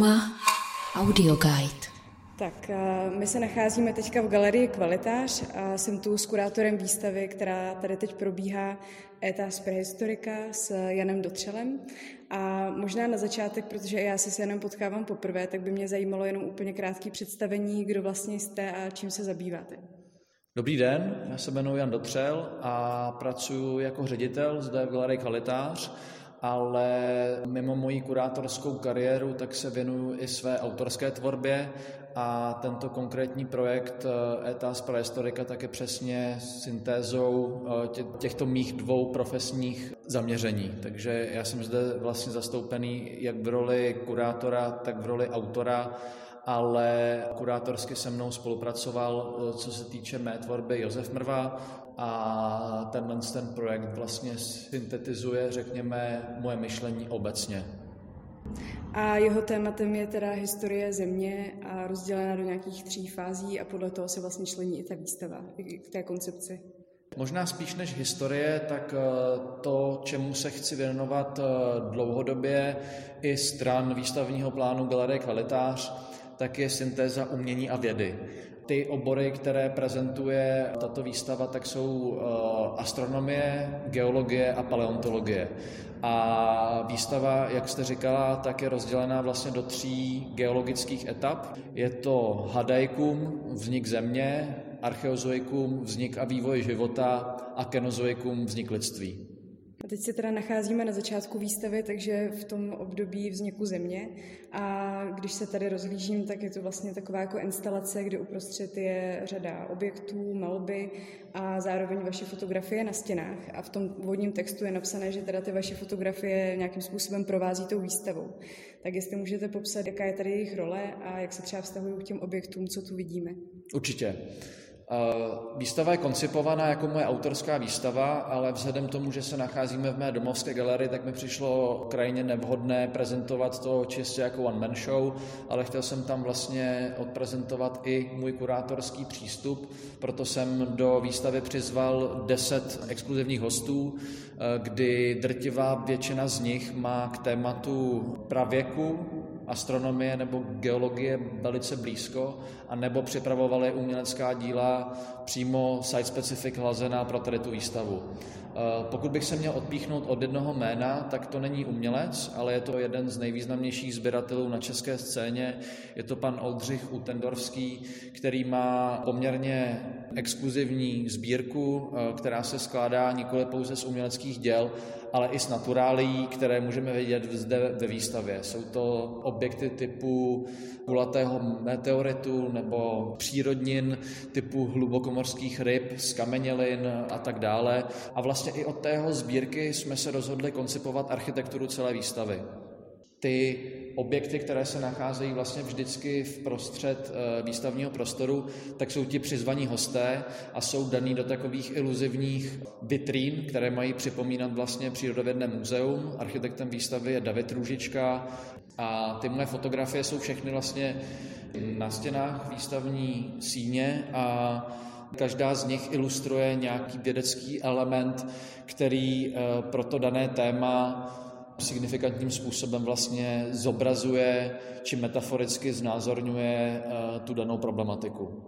Forma Audio Guide. Tak my se nacházíme teďka v galerii Kvalitář a jsem tu s kurátorem výstavy, která tady teď probíhá, Étas Prehistorica s Janem Dotřelem. A možná na začátek, protože já se s Janem potkávám poprvé, tak by mě zajímalo jenom úplně krátké představení, kdo vlastně jste a čím se zabýváte. Dobrý den, já se jmenuji Jan Dotřel a pracuji jako ředitel zde v galerii Kvalitář, ale mimo moji kurátorskou kariéru tak se věnuju i své autorské tvorbě a tento konkrétní projekt Étas Prehistorica tak je přesně syntézou těchto mých dvou profesních zaměření. Takže já jsem zde vlastně zastoupený jak v roli kurátora, tak v roli autora, ale kurátorsky se mnou spolupracoval, co se týče mé tvorby, Josef Mrva a ten projekt vlastně syntetizuje, řekněme, moje myšlení obecně. A jeho tématem je teda historie země a rozdělená do nějakých 3 fází a podle toho se vlastně člení i ta výstava k té koncepci. Možná spíš než historie, tak to, čemu se chci věnovat dlouhodobě i stran výstavního plánu Galerie Kvalitář, tak je syntéza umění a vědy. Ty obory, které prezentuje tato výstava, tak jsou astronomie, geologie a paleontologie. A výstava, jak jste říkala, tak je rozdělená vlastně do 3 geologických etap. Je to hadaikum, vznik země, archeozoikum, vznik a vývoj života a kenozoikum, vznik lidství. A teď se teda nacházíme na začátku výstavy, takže v tom období vzniku země. A když se tady rozhlížím, tak je to vlastně taková jako instalace, kde uprostřed je řada objektů, malby a zároveň vaše fotografie na stěnách. A v tom úvodním textu je napsané, že teda ty vaše fotografie nějakým způsobem provází tou výstavou. Tak jestli můžete popsat, jaká je tady jejich role a jak se třeba vztahují k těm objektům, co tu vidíme. Určitě. Výstava je koncipovaná jako moje autorská výstava, ale vzhledem tomu, že se nacházíme v mé domovské galerii, tak mi přišlo krajně nevhodné prezentovat to čistě jako one-man show, ale chtěl jsem tam vlastně odprezentovat i můj kurátorský přístup, proto jsem do výstavy přizval 10 exkluzivních hostů, kdy drtivá většina z nich má k tématu pravěku, astronomie nebo geologie velice blízko, a nebo připravovali umělecká díla přímo site-specific hlazená pro tady tu výstavu. Pokud bych se měl odpíchnout od jednoho jména, tak to není umělec, ale je to jeden z nejvýznamnějších sběratelů na české scéně. Je to pan Oldřich Utendorfský, který má poměrně exkluzivní sbírku, která se skládá nikoli pouze z uměleckých děl, ale i z naturálií, které můžeme vidět zde ve výstavě. Jsou to objekty typu kulatého meteoritu nebo přírodnin typu hlubokomorských ryb, skamenělin a tak dále. A vlastně i od tého sbírky jsme se rozhodli koncipovat architekturu celé výstavy. Ty objekty, které se nacházejí vlastně vždycky v prostřed výstavního prostoru, tak jsou ti přizvaní hosté a jsou daný do takových iluzivních vitrín, které mají připomínat vlastně přírodovědné muzeum. Architektem výstavy je David Růžička a ty moje fotografie jsou všechny vlastně na stěnách výstavní síně a každá z nich ilustruje nějaký vědecký element, který pro to dané téma signifikantním způsobem vlastně zobrazuje či metaforicky znázorňuje tu danou problematiku.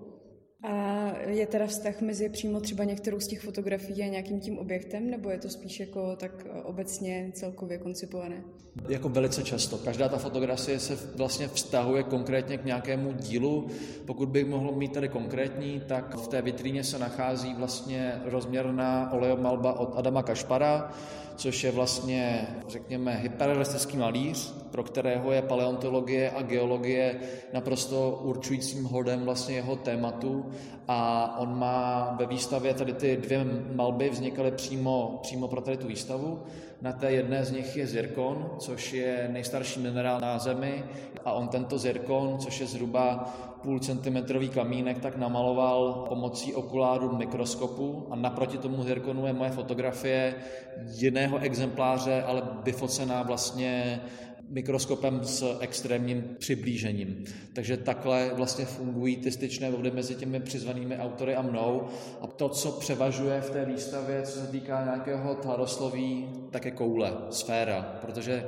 A je teda vztah mezi přímo třeba některou z těch fotografií a nějakým tím objektem, nebo je to spíš jako tak obecně celkově koncipované? Jako velice často. Každá ta fotografie se vlastně vztahuje konkrétně k nějakému dílu. Pokud bych mohl mít tady konkrétní, tak v té vitríně se nachází vlastně rozměrná oleomalba od Adama Kašpara, což je vlastně, řekněme, hyperrealistický malíř, pro kterého je paleontologie a geologie naprosto určujícím hodem vlastně jeho tématu. A on má ve výstavě tady ty 2 malby vznikaly přímo pro tady tu výstavu. Na té jedné z nich je zirkon, což je nejstarší minerál na Zemi, a on tento zirkon, což je zhruba půlcentimetrový kamínek, tak namaloval pomocí okuláru mikroskopu a naproti tomu zirkonu je moje fotografie jiného exempláře, ale vyfocená vlastně mikroskopem s extrémním přiblížením. Takže takhle vlastně fungují ty styčné body mezi těmi přizvanými autory a mnou. A to, co převažuje v té výstavě, co se týká nějakého tvarosloví, tak je koule, sféra, protože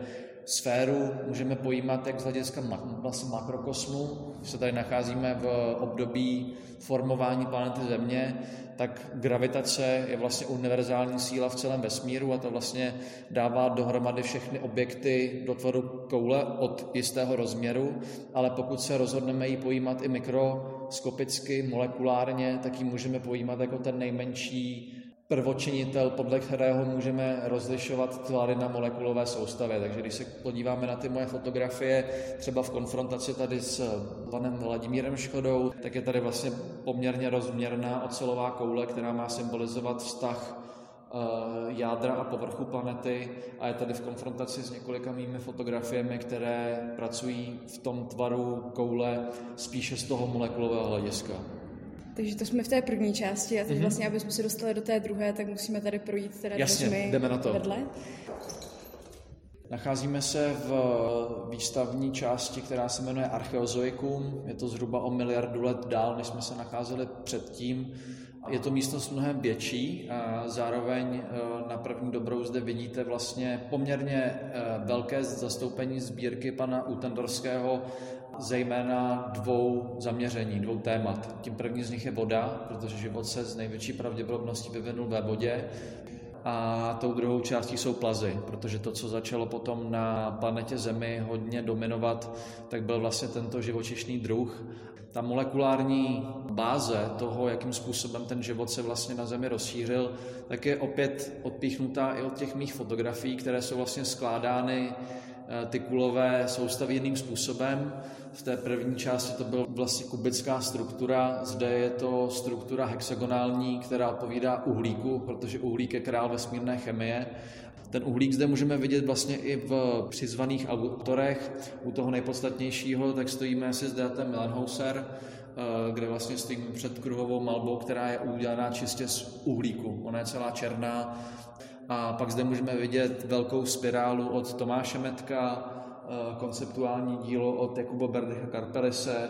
sféru můžeme pojímat jak z hlediska vlastně makrokosmu, když se tady nacházíme v období formování planety Země, tak gravitace je vlastně univerzální síla v celém vesmíru a to vlastně dává dohromady všechny objekty do tvaru koule od jistého rozměru, ale pokud se rozhodneme ji pojímat i mikroskopicky, molekulárně, tak ji můžeme pojímat jako ten nejmenší prvočinitel, podle kterého můžeme rozlišovat tvary na molekulové soustavě. Takže když se podíváme na ty moje fotografie, třeba v konfrontaci tady s panem Vladimírem Škodou, tak je tady vlastně poměrně rozměrná ocelová koule, která má symbolizovat vztah jádra a povrchu planety a je tady v konfrontaci s několika mými fotografiemi, které pracují v tom tvaru koule spíše z toho molekulového hlediska. Takže to jsme v té první části a teď vlastně, aby jsme se dostali do té druhé, tak musíme tady projít teda jdeme na to. Vedle. Nacházíme se v výstavní části, která se jmenuje Archeozoikum. Je to zhruba o miliardu let dál, než jsme se nacházeli předtím. Je to místnost mnohem větší a zároveň na první dobrou zde vidíte vlastně poměrně velké zastoupení sbírky pana Utendorského, zejména dvou zaměření, dvou témat. Tím první z nich je voda, protože život se z největší pravděpodobností vyvinul ve vodě. A tou druhou částí jsou plazy, protože to, co začalo potom na planetě Zemi hodně dominovat, tak byl vlastně tento živočišný druh. Ta molekulární báze toho, jakým způsobem ten život se vlastně na Zemi rozšířil, tak je opět odpíchnutá i od těch mých fotografií, které jsou vlastně skládány ty kulové soustavy jiným způsobem. V té první části to byla vlastně kubická struktura, zde je to struktura hexagonální, která odpovídá uhlíku, protože uhlík je král vesmírné chemie. Ten uhlík zde můžeme vidět vlastně i v přizvaných autorech. U toho nejpodstatnějšího tak stojíme asi s datem Millenhauser, kde vlastně stojíme před kruhovou malbou, která je udělaná čistě z uhlíku. Ona je celá černá. A pak zde můžeme vidět velkou spirálu od Tomáše Metka, konceptuální dílo od Jakuba Berdycha Karpelise,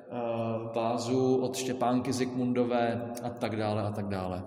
vázu od Štěpánky Zikmundové a tak dále a tak dále.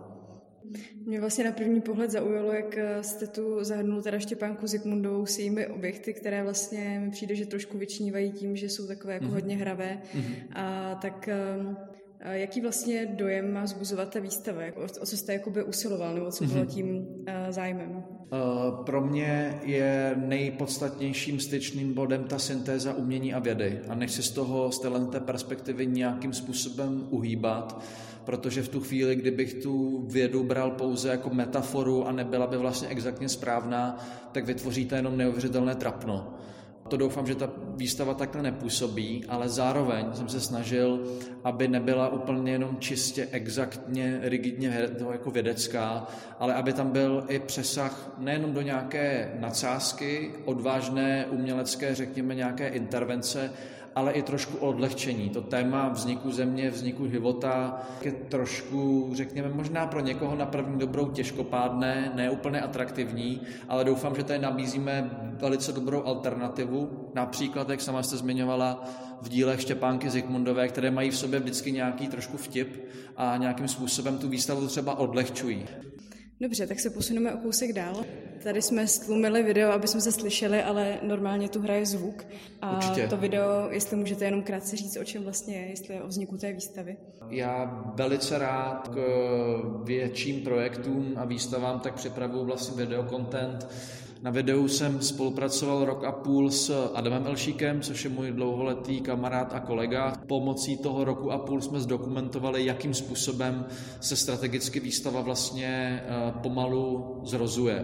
Mě vlastně na první pohled zaujalo, jak jste tu zahrnul teda Štěpánku Zikmundovou s jejími objekty, které vlastně mi přijde, že trošku vyčnívají tím, že jsou takové jako hodně hravé. A tak jaký vlastně dojem má vzbuzovat ta výstava? O co jste jakoby usiloval, nebo co bylo tím zájmem? Pro mě je nejpodstatnějším styčným bodem ta syntéza umění a vědy. A nechci z té perspektivy nějakým způsobem uhýbat, protože v tu chvíli, kdybych tu vědu bral pouze jako metaforu a nebyla by vlastně exaktně správná, tak vytvoříte jenom neuvěřitelné trapno. To doufám, že ta výstava takhle nepůsobí, ale zároveň jsem se snažil, aby nebyla úplně jenom čistě exaktně, rigidně jako vědecká, ale aby tam byl i přesah nejenom do nějaké nadsázky, odvážné umělecké, řekněme nějaké intervence, ale i trošku odlehčení. To téma vzniku země, vzniku života je trošku, řekněme, možná pro někoho na první dobrou těžkopádné, ne úplně atraktivní, ale doufám, že tady nabízíme velice dobrou alternativu. Například, jak sama jste zmiňovala, v dílech Štěpánky Zikmundové, které mají v sobě vždycky nějaký trošku vtip a nějakým způsobem tu výstavu třeba odlehčují. Dobře, tak se posuneme o kousek dál. Tady jsme stlumili video, aby jsme se slyšeli, ale normálně tu hraje zvuk. A určitě. To video, jestli můžete jenom krátce říct, o čem vlastně je, jestli je o vzniku té výstavy. Já velice rád k větším projektům a výstavám tak připravuju vlastně videokontent. Na videu jsem spolupracoval rok a půl s Adamem Elšíkem, což je můj dlouholetý kamarád a kolega. Pomocí toho roku a půl jsme zdokumentovali, jakým způsobem se strategicky výstava vlastně pomalu zrozuje.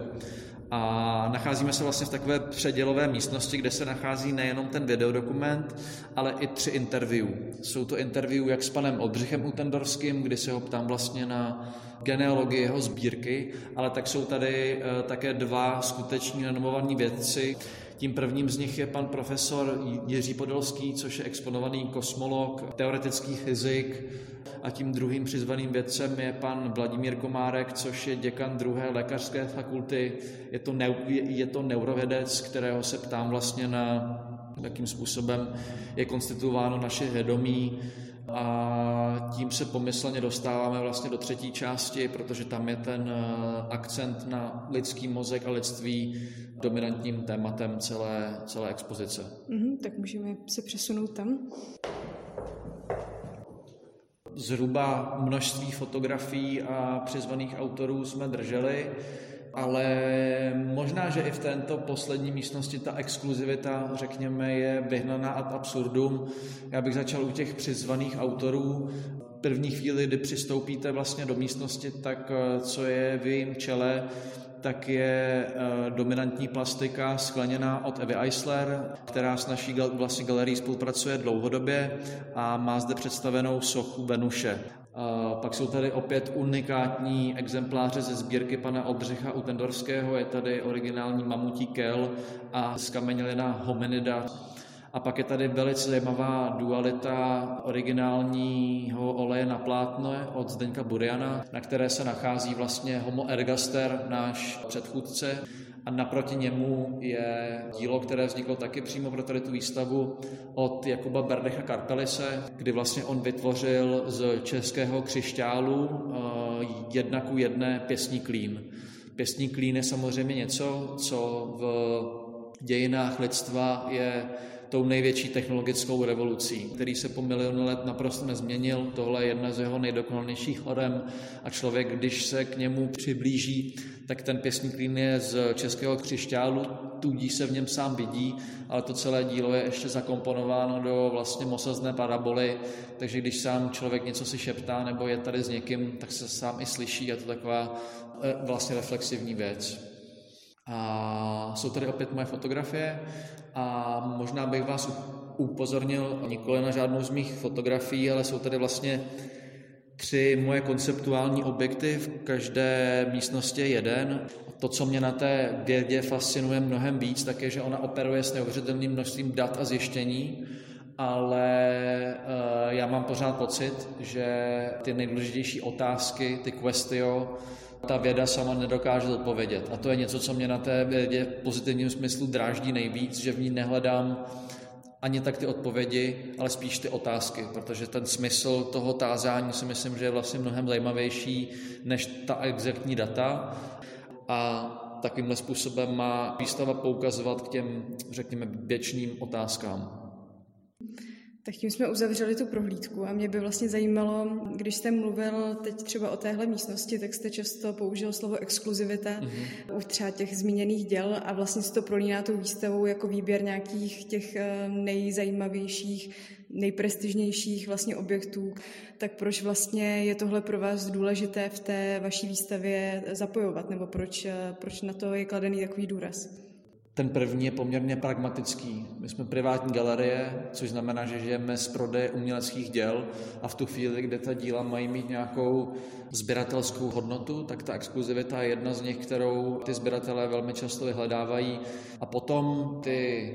A nacházíme se vlastně v takové předělové místnosti, kde se nachází nejenom ten videodokument, ale i 3 interview. Jsou to interview jak s panem Oldřichem Utendorským, kdy se ho ptám vlastně na genealogii jeho sbírky, ale tak jsou tady také 2 skuteční renomovaní vědci. Tím prvním z nich je pan profesor Jiří Podolský, což je exponovaný kosmolog, teoretický fyzik, a tím druhým přizvaným vědcem je pan Vladimír Komárek, což je děkan 2. lékařské fakulty. Je to neurovědec, kterého se ptám vlastně na jakým způsobem je konstituováno naše vědomí, A tím se pomyslně dostáváme vlastně do třetí části, protože tam je ten akcent na lidský mozek a lidství dominantním tématem celé expozice. Tak můžeme se přesunout tam. Zhruba množství fotografií a přizvaných autorů jsme drželi, ale možná, že i v této poslední místnosti ta exkluzivita, řekněme, je vyhnaná ad absurdum. Já bych začal u těch přizvaných autorů. V první chvíli, kdy přistoupíte vlastně do místnosti, tak co je v jejím čele, tak je dominantní plastika skleněná od Evy Eisler, která s naší vlastně galerií spolupracuje dlouhodobě a má zde představenou sochu Venuše. Pak jsou tady opět unikátní exempláře ze sbírky pana Oldřicha Utendorského, je tady originální mamutí kel a zkamenělina hominida. A pak je tady velice zajímavá dualita originálního oleje na plátno od Zdeňka Buriana, na které se nachází vlastně Homo ergaster, náš předchůdce. A naproti němu je dílo, které vzniklo taky přímo pro tady tu výstavu od Jakuba Berdecha Karpelise, kdy vlastně on vytvořil z českého křišťálu 1:1 pěstní klín. Pěstní klín je samozřejmě něco, co v dějinách lidstva je tou největší technologickou revolucí, který se po miliony let naprosto nezměnil. Tohle je jedna z jeho nejdokonalnějších forem a člověk, když se k němu přiblíží, tak ten pěstní klín je z českého křišťálu, tudíž se v něm sám vidí, ale to celé dílo je ještě zakomponováno do vlastně mosazné paraboly, takže když sám člověk něco si šeptá nebo je tady s někým, tak se sám i slyší a to je taková vlastně reflexivní věc. A jsou tady opět moje fotografie a možná bych vás upozornil nikoli na žádnou z mých fotografií, ale jsou tady vlastně 3 moje konceptuální objekty, v každé místnosti je jeden. To, co mě na té vědě fascinuje mnohem víc, tak je, že ona operuje s neuvěřitelným množstvím dat a zjištění, ale já mám pořád pocit, že ty nejdůležitější otázky, ty questio, ta věda sama nedokáže odpovědět. A to je něco, co mě na té vědě v pozitivním smyslu dráždí nejvíc, že v ní nehledám ani tak ty odpovědi, ale spíš ty otázky, protože ten smysl toho tázání si myslím, že je vlastně mnohem zajímavější než ta exaktní data. A takovýmhle způsobem má výstava poukazovat k těm, řekněme, věčným otázkám. Tak tím jsme uzavřeli tu prohlídku a mě by vlastně zajímalo, když jste mluvil teď třeba o téhle místnosti, tak jste často použil slovo exkluzivita u třeba těch zmíněných děl a vlastně se to prolíná tou výstavou jako výběr nějakých těch nejzajímavějších, nejprestižnějších vlastně objektů. Tak proč vlastně je tohle pro vás důležité v té vaší výstavě zapojovat, nebo proč na to je kladený takový důraz? Ten první je poměrně pragmatický. My jsme privátní galerie, což znamená, že žijeme z prodeje uměleckých děl a v tu chvíli, kdy ta díla mají mít nějakou sběratelskou hodnotu, tak ta exkluzivita je jedna z nich, kterou ty sběratelé velmi často vyhledávají. A potom ty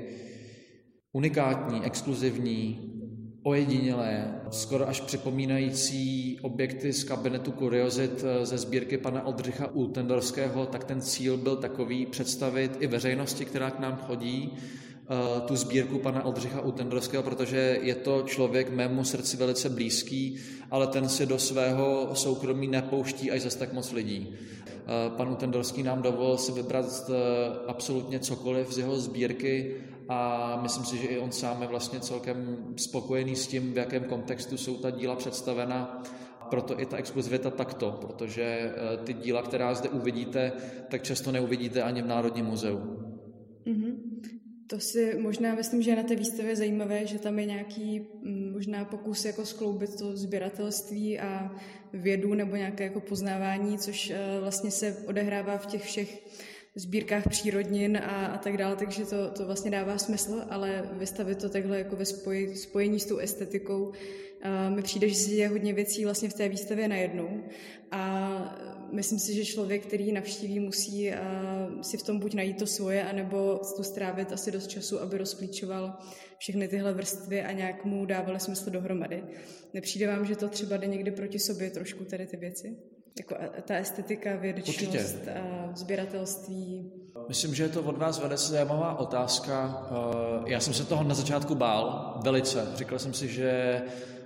unikátní, exkluzivní, ojedinělé, skoro až připomínající objekty z kabinetu kuriozit ze sbírky pana Oldřicha Utendorského, tak ten cíl byl takový představit i veřejnosti, která k nám chodí, tu sbírku pana Oldřicha Utendorského, protože je to člověk mému srdci velice blízký, ale ten si do svého soukromí nepouští až zas tak moc lidí. Pan Utendorský nám dovolil si vybrat absolutně cokoliv z jeho sbírky a myslím si, že i on sám je vlastně celkem spokojený s tím, v jakém kontextu jsou ta díla představena. Proto i ta exkluzivita takto, protože ty díla, která zde uvidíte, tak často neuvidíte ani v Národním muzeu. Mm-hmm. To si možná myslím, že na té výstavě je zajímavé, že tam je nějaký možná pokus jako skloubit to sběratelství a vědu nebo nějaké jako poznávání, což vlastně se odehrává v těch všech sbírkách přírodnin a tak dále, takže to vlastně dává smysl, ale vystavit to takhle jako ve spojení s tou estetikou mi přijde, že se děje hodně věcí vlastně v té výstavě najednou a myslím si, že člověk, který ji navštíví, musí si v tom buď najít to svoje, anebo tu strávit asi dost času, aby rozklíčoval všechny tyhle vrstvy a nějak mu dávaly smysl dohromady. Nepřijde vám, že to třeba jde někdy proti sobě trošku tady ty věci? Jako ta estetika, vědečnost, sběratelství. Myslím, že je to od vás velice zajímavá otázka. Já jsem se toho na začátku bál, velice. Říkal jsem si, že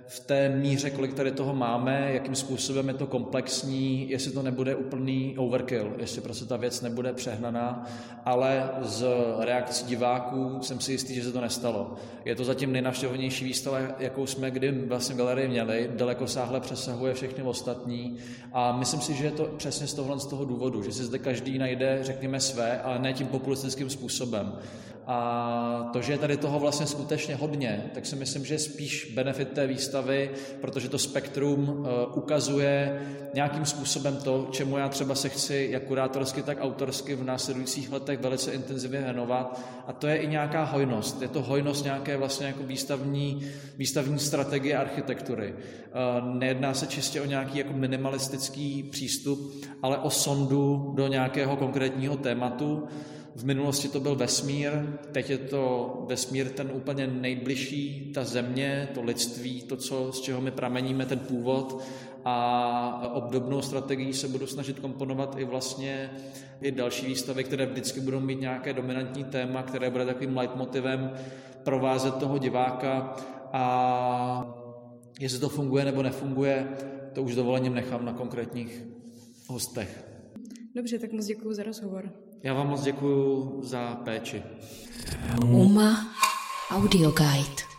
v té míře, kolik tady toho máme, jakým způsobem je to komplexní, jestli to nebude úplný overkill, jestli prostě ta věc nebude přehnaná, ale z reakcí diváků jsem si jistý, že se to nestalo. Je to zatím nejnavštěvovanější výstava, jakou jsme kdy vlastně v galerii měli, dalekosáhle přesahuje všechny ostatní a myslím si, že je to přesně z toho důvodu, že si zde každý najde, řekněme, své, ale ne tím populistickým způsobem. A to, že je tady toho vlastně skutečně hodně, tak si myslím, že je spíš benefit té výstavy, protože to spektrum ukazuje nějakým způsobem to, čemu já třeba se chci jak kurátorsky, tak autorsky v následujících letech velice intenzivně věnovat. A to je i nějaká hojnost. Je to hojnost nějaké vlastně jako výstavní strategie architektury. Nejedná se čistě o nějaký jako minimalistický přístup, ale o sondu do nějakého konkrétního tématu. V minulosti to byl vesmír, teď je to vesmír ten úplně nejbližší, ta země, to lidství, to, z čeho my prameníme, ten původ a obdobnou strategii se budu snažit komponovat i vlastně i další výstavy, které vždycky budou mít nějaké dominantní téma, které bude takovým leitmotivem provázet toho diváka a jestli to funguje nebo nefunguje, to už dovolením nechám na konkrétních hostech. Dobře, tak moc děkuju za rozhovor. Já vám moc děkuju za péči. UMA Audio Guide.